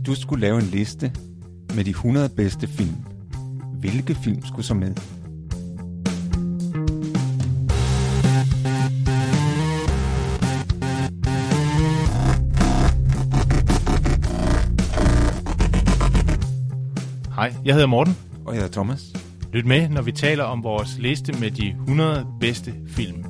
du skulle lave en liste med de 100 bedste film, hvilke film skulle så med? Hej, jeg hedder Morten. Og jeg hedder Thomas. Lyt med, når vi taler om vores liste med de 100 bedste film.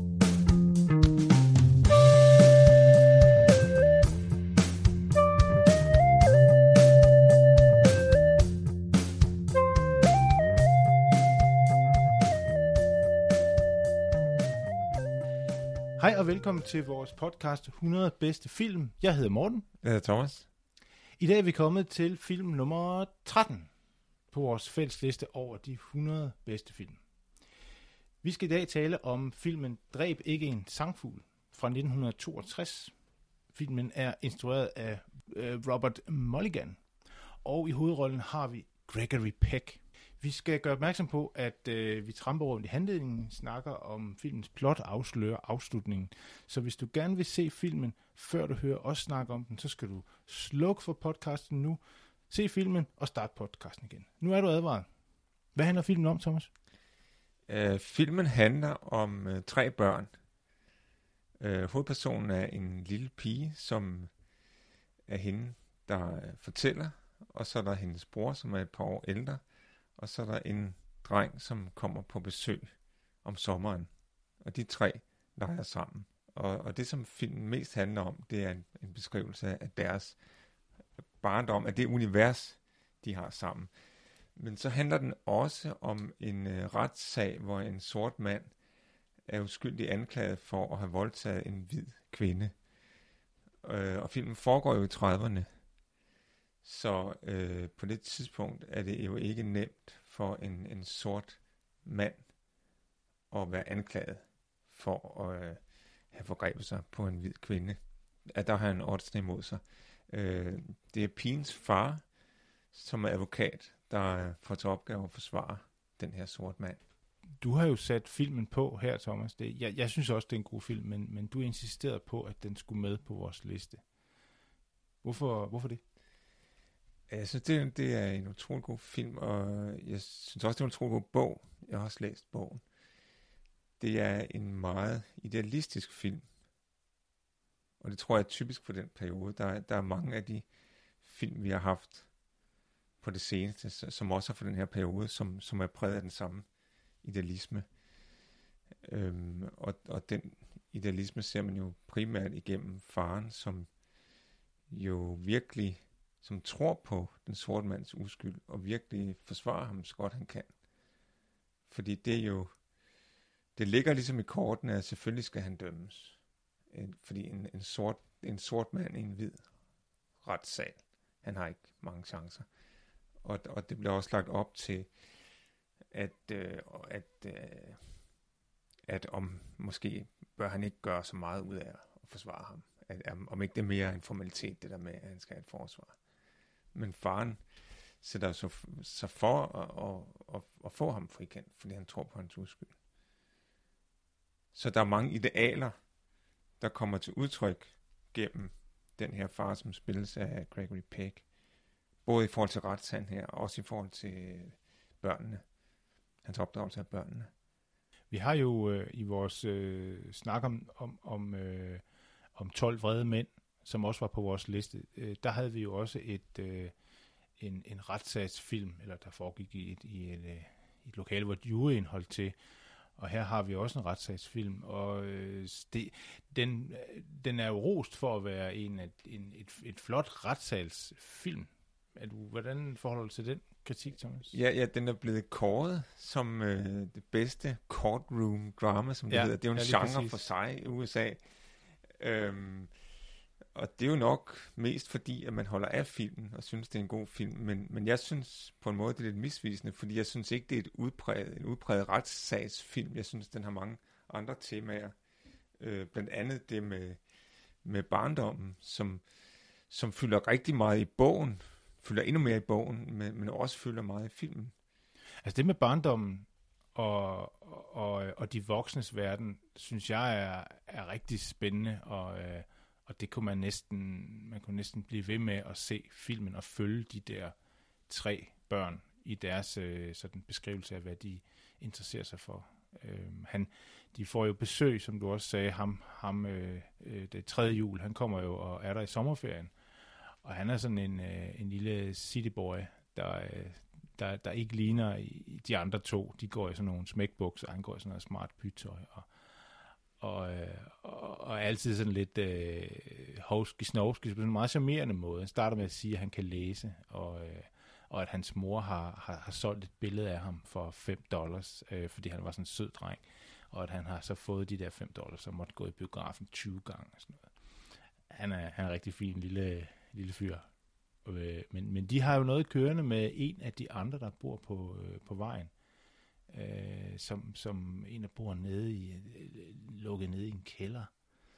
Hej og velkommen til vores podcast 100 bedste film. Jeg hedder Morten. Jeg hedder Thomas. I dag er vi kommet til film nummer 13 på vores fælles liste over de 100 bedste film. Vi skal i dag tale om filmen Dræb ikke en sangfugl fra 1962. Filmen er instrueret af Robert Mulligan, og i hovedrollen har vi Gregory Peck. Vi skal gøre opmærksom på, at vi tramper rundt i handlingen, snakker om filmens plot, afslører afslutningen. Så hvis du gerne vil se filmen, før du hører os snakke om den, så skal du slukke for podcasten nu, se filmen og starte podcasten igen. Nu er du advaret. Hvad handler filmen om, Thomas? Filmen handler om 3 børn. Hovedpersonen er en lille pige, som er hende, der fortæller, og så er der hendes bror, som er et par år ældre, og så er der en dreng, som kommer på besøg om sommeren. Og de 3 leger sammen. Og det, som filmen mest handler om, det er en beskrivelse af deres barndom, af det univers, de har sammen. Men så handler den også om en retssag, hvor en sort mand er uskyldig anklaget for at have voldtaget en hvid kvinde. Og filmen foregår jo i 30'erne. Så på det tidspunkt er det jo ikke nemt for en sort mand at være anklaget for at have forgrebet sig på en hvid kvinde. At der har han oddsene imod sig. Det er pigens far, som er advokat, der får til opgave at forsvare den her sort mand. Du har jo sat filmen på her, Thomas. Jeg synes også, det er en god film, men du insisterede på, at den skulle med på vores liste. Hvorfor det? Jeg synes, det er en utrolig god film, og jeg synes også, det er en utrolig god bog. Jeg har også læst bogen. Det er en meget idealistisk film, og det tror jeg er typisk for den periode. Der er mange af de film, vi har haft på det seneste, som også er for den her periode, som er præget af den samme idealisme. Og den idealisme ser man jo primært igennem faren, som jo virkelig som tror på den sorte mands uskyld, og virkelig forsvarer ham så godt han kan. Fordi det ligger ligesom i kortene, at selvfølgelig skal han dømmes. Fordi en sort mand i en hvid retssal, han har ikke mange chancer. Og det bliver også lagt op til, at om måske bør han ikke gøre så meget ud af at forsvare ham. Om ikke det er mere en formalitet, det der med, at han skal have et forsvar. Men faren sætter sig for at få ham frikendt, fordi han tror på hans uskyld. Så der er mange idealer, der kommer til udtryk gennem den her far, som spilles af Gregory Peck. Både i forhold til retssagen her, og også i forhold til børnene. Hans opdragelse af børnene. Vi har jo i vores snak om 12 vrede mænd, som også var på vores liste, der havde vi jo også en retssagsfilm, eller der foregik i et lokale, hvor juryen holdt til. Og her har vi også en retssagsfilm, og den er jo rost for at være et flot retssagsfilm. Hvordan forholder du til den kritik, Thomas? Ja, den er blevet kåret som det bedste courtroom drama, som det hedder. Det er jo en genre præcis for sig i USA. Og det er jo nok mest fordi, at man holder af filmen og synes, det er en god film. Men jeg synes på en måde, det er lidt misvisende, fordi jeg synes ikke, det er en udpræget retssagsfilm. Jeg synes, den har mange andre temaer. Blandt andet det med barndommen, som fylder rigtig meget i bogen. Fylder endnu mere i bogen, men også fylder meget i filmen. Altså det med barndommen og de voksnes verden, synes jeg er rigtig spændende Og det kunne man kunne næsten blive ved med at se filmen og følge de der 3 børn i deres sådan beskrivelse af, hvad de interesserer sig for. De får jo besøg, som du også sagde, det 3. jul, han kommer jo og er der i sommerferien, og han er sådan en lille cityboy, der ikke ligner de andre 2. De går i sådan nogle smækbukser, og han går i sådan noget smart bytøj, og altid sådan lidt hovski-snovski, på sådan en meget charmerende måde. Han starter med at sige, at han kan læse, og at hans mor har solgt et billede af ham for $5, fordi han var sådan en sød dreng, og at han har så fået de der $5, og måtte gå i biografen 20 gange. Og sådan noget. Han er en rigtig fin lille fyr. Men de har jo noget kørende med en af de andre, der bor på vejen, som en, der bor lukket nede i en kælder.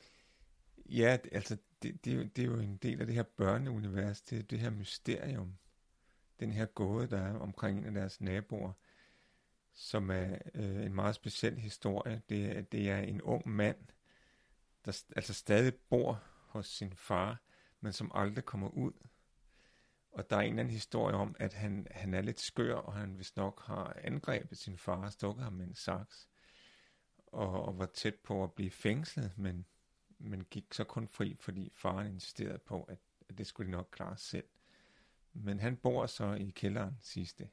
Ja, altså, det er jo en del af det her børneunivers, det her mysterium, den her gåde, der er omkring en af deres naboer, som er en meget speciel historie. Det er en ung mand, der altså stadig bor hos sin far, men som aldrig kommer ud. Og der er en eller anden historie om, at han er lidt skør, og han vist nok har angrebet sin far og stukket ham med en saks, og var tæt på at blive fængslet, men gik så kun fri, fordi faren insisterede på, at det skulle de nok klare selv. Men han bor så i kælderen sidste,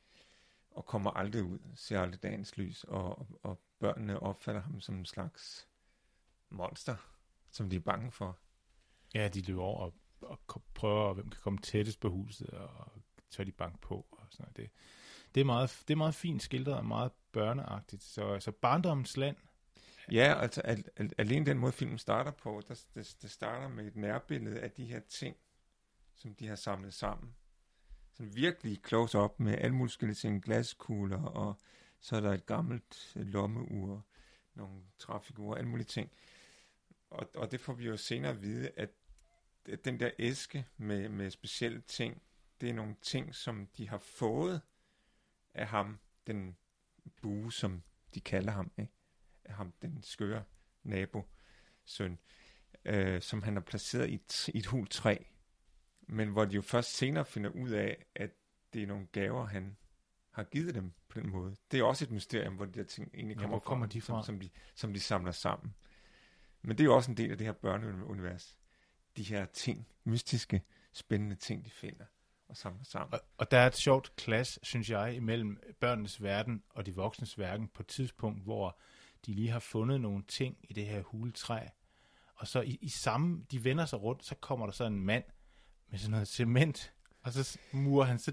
og kommer aldrig ud, ser aldrig dagens lys, og børnene opfatter ham som en slags monster, som de er bange for. Ja, de løber over og prøver, hvem kan komme tættest på huset, og tør de banke på, og sådan noget. Det er meget fint skildret, og meget børneagtigt, så barndommens land. Ja, altså alene den måde filmen starter på, det starter med et nærbillede af de her ting, som de har samlet sammen. Sådan virkelig close up med alle mulige ting, glaskugler, og så er der et gammelt lommeur, nogle trafikurer, alle mulige ting. Og det får vi jo senere at vide, at den der æske med specielle ting, det er nogle ting, som de har fået af ham, den bue, som de kalder ham, ikke? Af ham, den skøre nabosøn, som han har placeret i et hult træ. Men hvor de jo først senere finder ud af, at det er nogle gaver, han har givet dem på den måde. Det er også et mysterium, hvor de der ting egentlig kommer fra, som de samler sammen. Men det er jo også en del af det her børneunivers. De her ting, mystiske, spændende ting, de finder og samler sammen. Og der er et sjovt clash, synes jeg, imellem børnenes verden og de voksnes verden på et tidspunkt, hvor de lige har fundet nogle ting i det her huletræ, og så i samme, de vender sig rundt, så kommer der så en mand med sådan noget cement, og så murer han så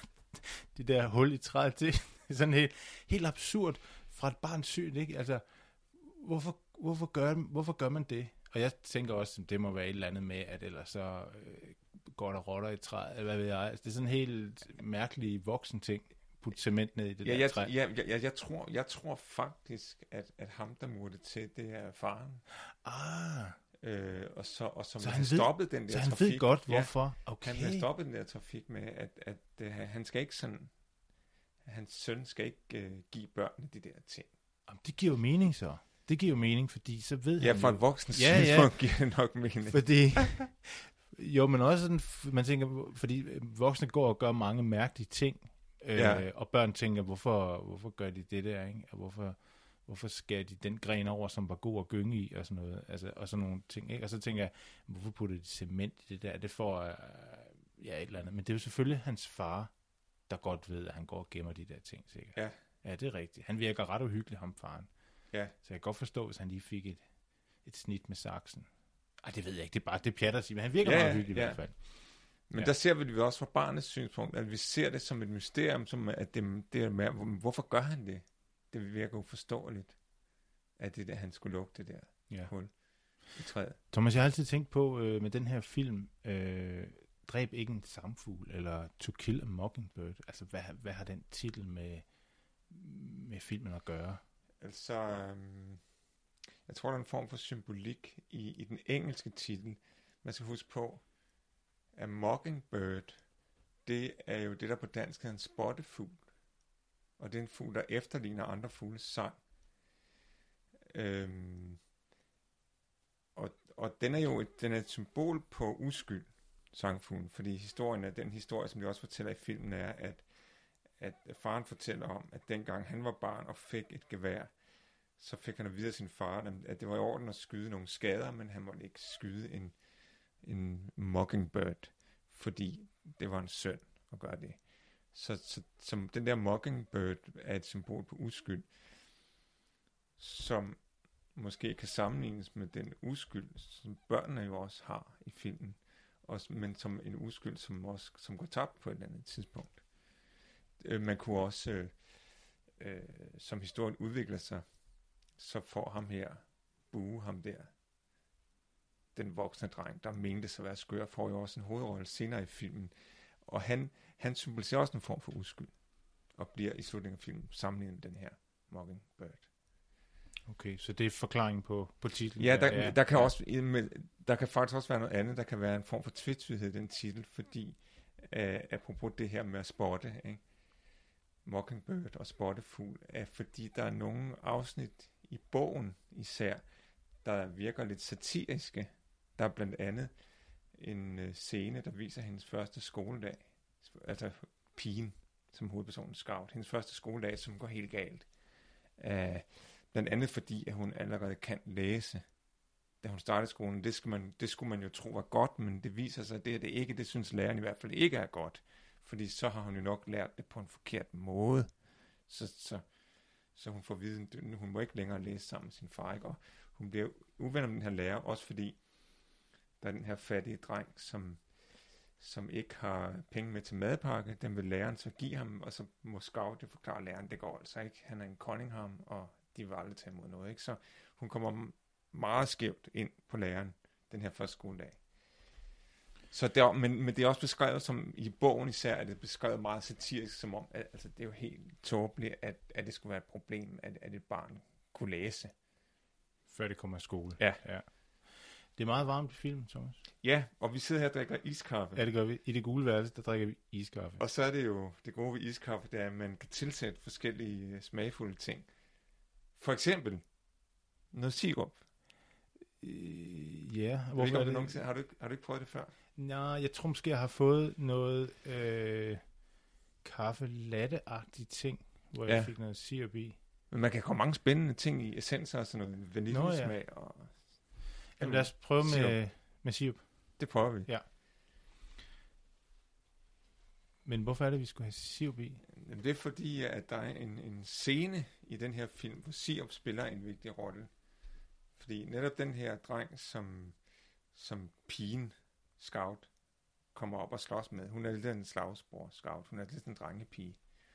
det der hul i træet til. Det er sådan helt absurd fra et barns syn, ikke? Altså, hvorfor gør man det? Og jeg tænker også, at det må være et eller andet med, at ellers så går der rotter i træet, eller hvad ved jeg. Altså, det er sådan en helt mærkelig voksen ting, putte cement ned i det der træ. Jeg tror faktisk, at ham, der murte til, det er faren. Og som han stoppet den der trafik. Så han ved godt, hvorfor. Okay. Han har stoppet den der trafik med, at han skal ikke sådan, hans søn skal ikke give børnene de der ting. Jamen, det giver jo mening så. Det giver jo mening, fordi så ved han ja, for en voksen synspunkt giver det nok mening. Fordi, jo, men også sådan, man tænker, fordi voksne går og gør mange mærkelige ting, og børn tænker, hvorfor gør de det der, ikke? Og hvorfor skærer de den gren over, som var god at gynge i, og sådan noget, altså, og sådan nogle ting, ikke? Og så tænker jeg, hvorfor putter de cement i det der? Det får, et eller andet. Men det er jo selvfølgelig hans far, der godt ved, at han går og gemmer de der ting, sikkert. Ja. Ja, det er rigtigt. Han virker ret uhyggelig, ham faren. Ja. Så jeg kan godt forstå, hvis han lige fik et snit med saksen. Ej, det ved jeg ikke, det er bare det pjat at sige, men han virker meget hyggelig i hvert fald. Men der ser vi det også fra barnets synspunkt, at vi ser det som et mysterium, som at det er med, hvorfor gør han det? Det virker uforståeligt, at det der, han skulle lukke det der hul i træet. Thomas, jeg har altid tænkt på med den her film, Dræb ikke en sangfugl, eller To Kill a Mockingbird. Altså, hvad har den titel med filmen at gøre? Altså, jeg tror, der er en form for symbolik i den engelske titel. Man skal huske på, at Mockingbird, det er jo det, der på dansk hedder en spottefugl. Og det er en fugl, der efterligner andre fugles sang. Og den er et symbol på uskyld, sangfuglen, fordi den historie, som de også fortæller i filmen, er, at faren fortæller om, at dengang han var barn og fik et gevær, så fik han at vide af sin far, at det var i orden at skyde nogle skader, men han måtte ikke skyde en mockingbird, fordi det var en synd at gøre det. Så den der mockingbird er et symbol på uskyld, som måske kan sammenlignes med den uskyld, som børnene jo også har i filmen, men som en uskyld, som går tabt på et eller andet tidspunkt. Man kunne også, som historien udvikler sig, så får ham der, den voksne dreng, der mente sig at være skør, får jo også en hovedrolle senere i filmen. Og han symboliserer også en form for uskyld, og bliver i slutningen af filmen sammenlignet med den her Mockingbird. Okay, så det er forklaringen på titlen. Ja, der kan faktisk også være noget andet. Der kan være en form for tvetydighed i den titel, fordi apropos det her med at spotte, ikke? Mockingbird og spottefugl, er fordi der er nogle afsnit i bogen især, der virker lidt satiriske. Der er blandt andet en scene, der viser hendes første skoledag, altså pigen som hovedpersonen Scout, hendes første skoledag, som går helt galt. Blandt andet fordi, at hun allerede kan læse, da hun startede skolen. Det skulle man jo tro var godt, men det viser sig, at det er det ikke. Det synes læreren i hvert fald ikke er godt, fordi så har hun jo nok lært det på en forkert måde. Så hun får at vide, at hun må ikke længere læse sammen med sin far, ikke? Og hun bliver uvenner med den her lærer, også fordi der er den her fattige dreng, som ikke har penge med til madpakke. Den vil læreren så give ham, og så må Scout forklare læreren, det går altså ikke. Han er en Cunningham, og de vil aldrig tage imod noget, ikke? Så hun kommer meget skævt ind på læreren den her første skoledag. Så men det er også beskrevet som, i bogen især, er det beskrevet meget satirisk, som om, at altså, det er jo helt tåbeligt, at det skulle være et problem, at et barn kunne læse. Før det kommer af skole. Ja. Det er meget varmt i filmen, Thomas. Ja, og vi sidder her og drikker iskaffe. Ja, det gør vi. I det gule værelse, der drikker vi iskaffe. Og så er det jo det gode ved iskaffe, det er, at man kan tilsætte forskellige smagfulde ting. For eksempel noget sirup. Ja, hvorfor er det? Har du ikke prøvet det før? Nej, jeg tror måske, jeg har fået noget kaffe latte-agtige ting, hvor jeg fik noget sirup i. Men man kan komme mange spændende ting i essenser, og sådan noget vaniljesmag. Og jamen, lad os prøve med sirup. Det prøver vi. Ja. Men hvorfor er det, vi skulle have sirup i? Jamen, det er fordi, at der er en scene i den her film, hvor sirup spiller en vigtig rolle. Fordi netop den her dreng, som pigen Scout kommer op og slås med, hun er lidt en slagsbror Scout, hun er lidt en drengepige.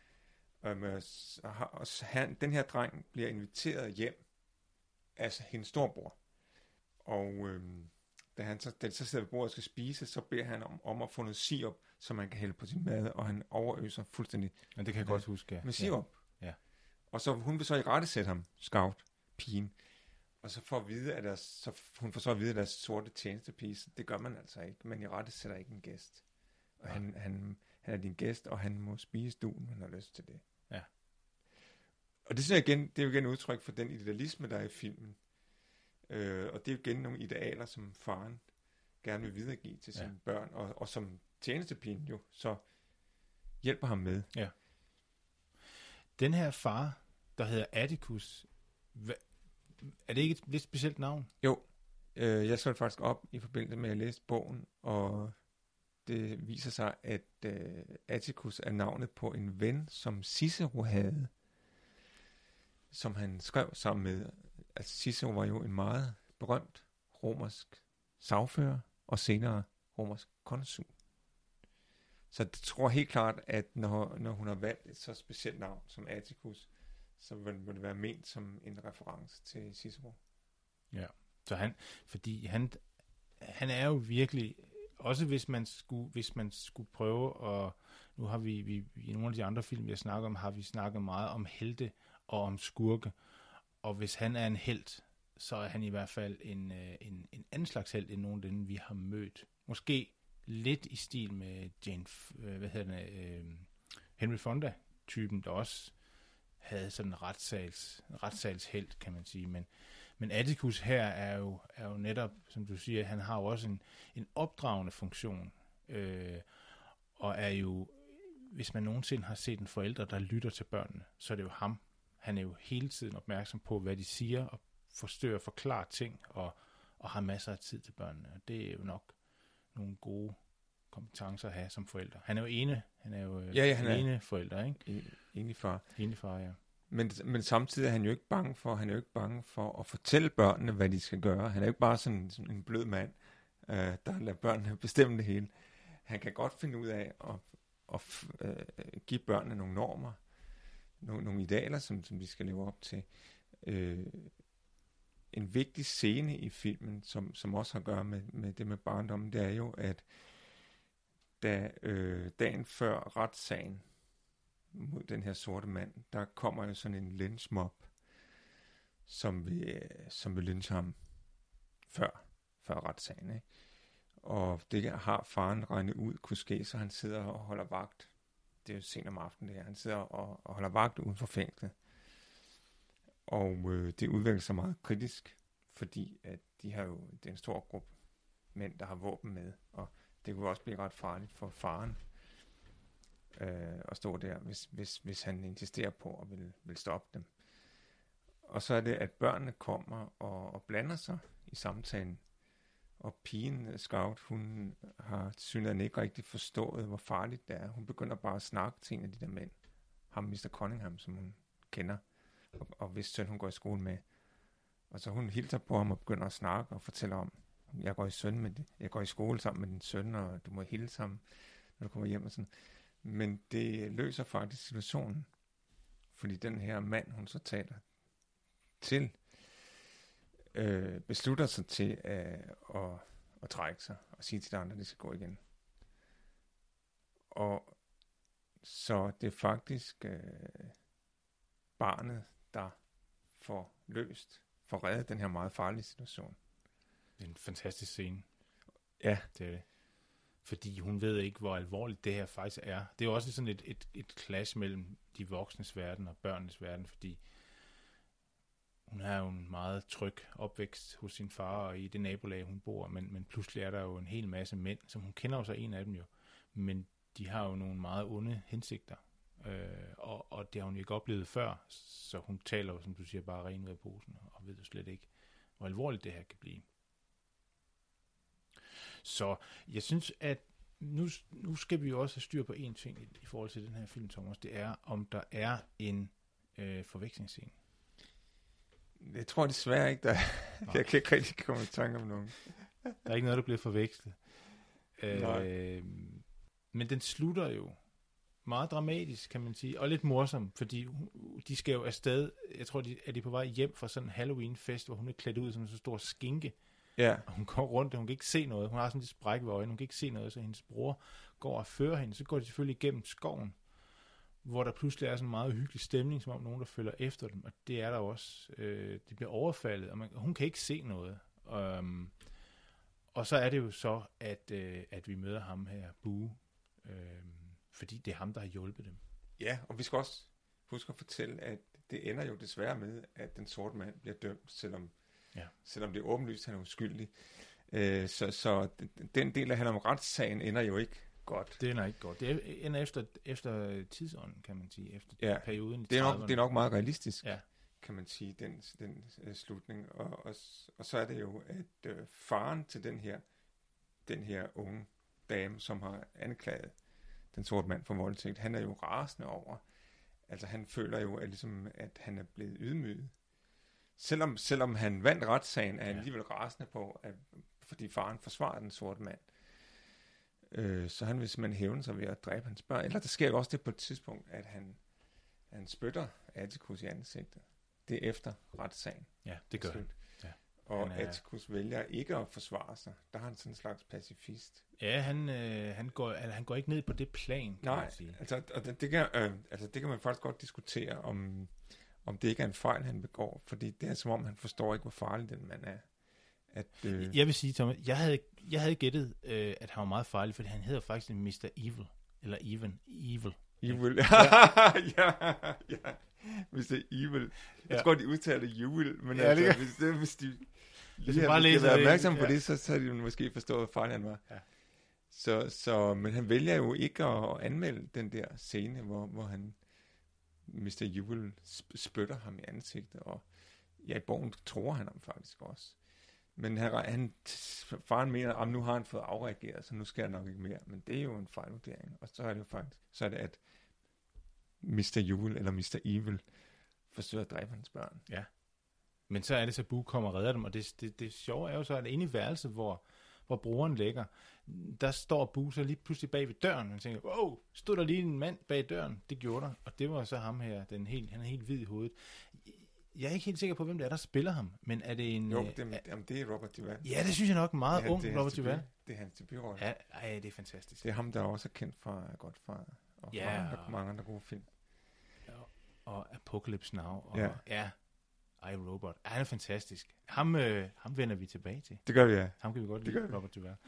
Den her dreng bliver inviteret hjem af hendes storbror. Og da de så sidder ved bordet og skal spise, så beder han om at få noget sirup, som man kan hælde på sin mad, og han overøser fuldstændig. Men det kan jeg godt huske, ja. Med sirup. Ja. Og så hun vil så i rette sætte ham, Scout, pigen. Og så får hun får så at vide, at deres sorte tjenestepige, det gør man altså ikke, men i rette sætter ikke en gæst. Og han er din gæst, og han må spise du, når han har lyst til det. Ja. Og det er jo igen udtryk for den idealisme, der er i filmen. Og det er jo igen nogle idealer, som faren gerne vil videregive til sine børn, og som tjenestepigen jo så hjælper ham med. Ja. Den her far, der hedder Atticus, er det ikke et lidt specielt navn? Jo, jeg så det faktisk op i forbindelse med, at jeg læste bogen, og det viser sig, at Atticus er navnet på en ven, som Cicero havde, som han skrev sammen med. Altså Cicero var jo en meget berømt romersk sagfører, og senere romersk konsul. Så det tror helt klart, at når hun har valgt et så specielt navn som Atticus, så vil det være ment som en reference til Cicero. Ja, så han er jo virkelig, også hvis man skulle prøve, og nu har vi i nogle af de andre film, vi har snakket om, har vi snakket meget om helte og om skurke, og hvis han er en helt, så er han i hvert fald en anden slags helt end nogen af dem, vi har mødt. Måske lidt i stil med Henry Fonda-typen, der også havde sådan en retssalshelt, kan man sige. Men Atticus her er jo netop, som du siger, han har jo også en opdragende funktion, og er jo, hvis man nogensinde har set en forælder, der lytter til børnene, så er det jo ham. Han er jo hele tiden opmærksom på, hvad de siger, og forstår at forklare ting, og har masser af tid til børnene. Og det er jo nok nogle gode kompetencer at have som forældre. Han er jo ene forælder, ikke? Enig far. Ene far, ja. Men samtidig er han jo ikke bange for at fortælle børnene, hvad de skal gøre. Han er jo ikke bare sådan en blød mand, der lader børnene bestemme det hele. Han kan godt finde ud af at give børnene nogle normer, nogle idealer, som de skal leve op til. En vigtig scene i filmen, som også har at gøre med det med barndommen, det er jo, at da dagen før retssagen mod den her sorte mand, der kommer jo sådan en lynchmob, som vil lynche ham før retssagen, ikke? Og det har faren regnet ud kunne ske, så han sidder og holder vagt. Det er jo sent om aftenen, det her. Han sidder og holder vagt uden for fængslet. Og det udvikler sig meget kritisk, fordi at det er en stor gruppe mænd, der har våben med, og det kunne også blive ret farligt for faren at stå der, hvis han insisterer på at vil stoppe dem. Og så er det, at børnene kommer og blander sig i samtalen, og pigen, Scout, hun har synligheden ikke rigtig forstået, hvor farligt det er. Hun begynder bare at snakke til en af de der mænd, ham Mr. Cunningham, som hun kender, og hvis søn hun går i skole med. Og så hun hilser på ham og begynder at snakke og fortæller om, jeg går i skole sammen med din søn, og du må hilse ham, når du kommer hjem og sådan. Men det løser faktisk situationen, fordi den her mand, hun så taler til, beslutter sig til at trække sig og sige til de andre, at de skal gå igen. Og så det er faktisk barnet, der får reddet den her meget farlige situation. Det er en fantastisk scene. Ja. Det er det. Fordi hun ved ikke, hvor alvorligt det her faktisk er. Det er jo også sådan et clash mellem de voksnes verden og børnenes verden, fordi hun har jo en meget tryg opvækst hos sin far og i det nabolag, hun bor, men pludselig er der jo en hel masse mænd, som hun kender jo så en af dem jo, men de har jo nogle meget onde hensigter, og det har hun jo ikke oplevet før, så hun taler jo, som du siger, bare ren ud af posen, og ved jo slet ikke, hvor alvorligt det her kan blive. Så jeg synes, at nu skal vi jo også have styr på en ting i forhold til den her film, Thomas, det er, om der er en forvekslingsscene. Jeg tror desværre ikke, der jeg kan ikke rigtig komme i tanke om nogen. Der er ikke noget, der bliver forvekslet. Men den slutter jo meget dramatisk, kan man sige, og lidt morsom, fordi de skal jo afsted, jeg tror, de er på vej hjem fra sådan en Halloween-fest, hvor hun er klædt ud som en så stor skinke. Ja. Og hun går rundt, og hun kan ikke se noget. Hun har sådan lidt spræk ved øjnene, hun kan ikke se noget, så hendes bror går og fører hende. Så går de selvfølgelig igennem skoven, hvor der pludselig er sådan en meget hyggelig stemning, som om nogen, der følger efter dem. Og det er der også. De bliver overfaldet, og hun kan ikke se noget. Og så er det jo så, at vi møder ham her, Boo, fordi det er ham, der har hjulpet dem. Ja, og vi skal også huske at fortælle, at det ender jo desværre med, at den sorte mand bliver dømt, selvom det er åbenlyst, at han er uskyldig. Så den del af han om retssagen ender jo ikke godt. Det ender ikke godt. Det ender efter tidsånden, kan man sige, efter perioden i 30'erne. Det er nok meget realistisk, kan man sige, den slutning. Og så er det jo, at faren til den her unge dame, som har anklaget den sorte mand for voldtægt, han er jo rasende over. Altså han føler jo, at han er blevet ydmyget. Selvom han vandt retssagen, er han alligevel rasende på, fordi faren forsvarer den sorte mand. Så han vil simpelthen hævne sig ved at dræbe hans børn. Eller der sker jo også det på et tidspunkt, at han spytter Atticus i ansigtet. Det er efter retssagen. Ja, det gør han. Ja. Og Atticus vælger ikke at forsvare sig. Der er han sådan en slags pacifist. Ja, han går ikke ned på det plan, kan man sige. Altså, det kan man faktisk godt diskutere, om det ikke er en fejl, han begår. Fordi det er som om, han forstår ikke, hvor farlig den mand er. Jeg vil sige, Thomas, jeg havde gættet, at han var meget farlig, fordi han hedder faktisk Mr. Evil. Eller Evil. Evil. Ja. Mr. Evil. Jeg tror, de udtaler Evil, men hvis de lige bare har været opmærksom på ja. det, så har de måske forstået, hvor farlig han var. Ja. Men han vælger jo ikke at anmelde den der scene, hvor han Mr. Evil spytter ham i ansigtet, og i bogen tror han ham faktisk også. Men faren mener, at nu har han fået afreageret, så nu skal jeg nok ikke mere. Men det er jo en fejlvurdering. Og så er det jo faktisk, at Mr. Evil eller Mr. Evil forsøger at dræbe hans børn. Ja. Men så er det så, Boo kommer og redder dem, og det sjove er jo så, at inde i værelset, hvor broren ligger, der står Boo så lige pludselig bag ved døren, og han tænker, wow, stod der lige en mand bag døren? Det gjorde der, og det var så ham her, han er helt hvid i hovedet. Jeg er ikke helt sikker på, hvem det er, der spiller ham, men er det en... Jo, det er Robert Duvall. Ja, det synes jeg nok, meget ung Robert Duvall. Det er hans debutrolle. Ja, det er fantastisk. Det er ham, der også er kendt fra Godfather, og mange andre gode film. Og Apocalypse Now, og iRobot. Han er fantastisk. Ham vender vi tilbage til. Det gør vi, ja. Ham kan vi godt lide, Robert Duvall.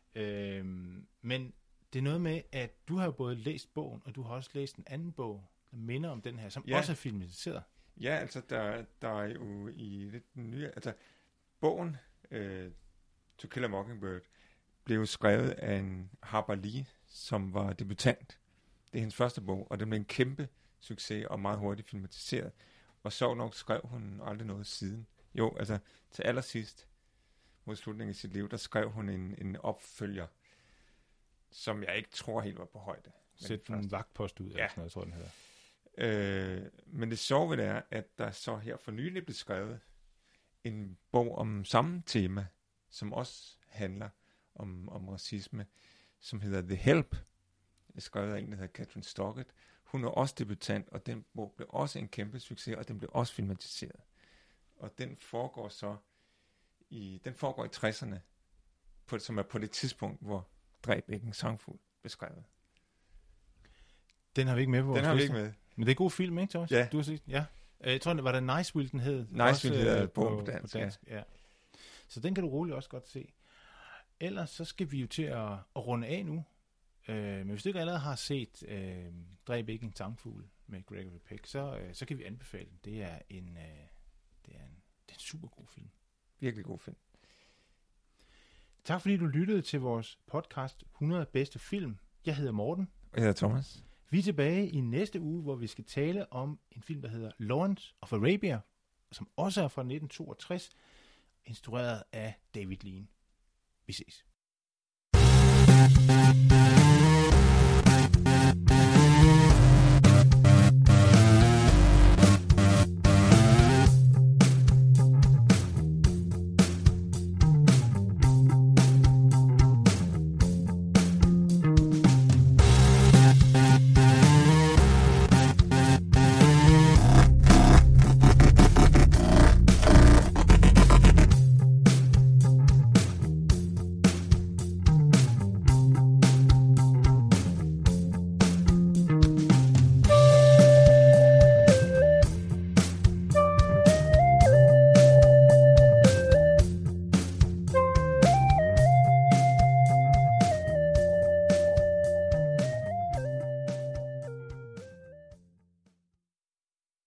Men det er noget med, at du har jo både læst bogen, og du har også læst en anden bog, der minder om den her, som også er filmatiseret. Ja, altså der er jo i lidt nye... Altså, bogen To Kill a Mockingbird blev skrevet af en Harper Lee, som var debutant. Det er hendes første bog, og den blev en kæmpe succes og meget hurtigt filmatiseret. Og så nok skrev hun aldrig noget siden. Jo, altså til allersidst, mod slutningen af sit liv, der skrev hun en opfølger, som jeg ikke tror helt var på højde. Sæt en vagtpost ud, eller sådan noget, tror jeg, den hedder. Men det sjove ved det er, at der så her for nylig blev skrevet en bog om samme tema, som også handler om racisme, som hedder The Help. Det er skrevet af en, der hedder Catherine Stockett. Hun er også debutant, og den bog blev også en kæmpe succes, og den blev også filmatiseret. Og den foregår så i 60'erne, som er på det tidspunkt, hvor Dræb ikke en sangfugl blev skrevet. Den har vi ikke med på vores Den har vi ikke med. Men det er god film, ikke, Thomas? Ja. Du har set, ja. Jeg tror, var det Niceville, den hed? Niceville hedder på dansk. Ja. Så den kan du roligt også godt se. Ellers så skal vi jo til at runde af nu. Men hvis du ikke allerede har set Dræb ikke en sangfugl med Gregory Peck, så kan vi anbefale den. Det er en super god film. Virkelig god film. Tak fordi du lyttede til vores podcast 100 bedste film. Jeg hedder Morten. Og jeg hedder Thomas. Vi er tilbage i næste uge, hvor vi skal tale om en film, der hedder Lawrence of Arabia, som også er fra 1962, instrueret af David Lean. Vi ses.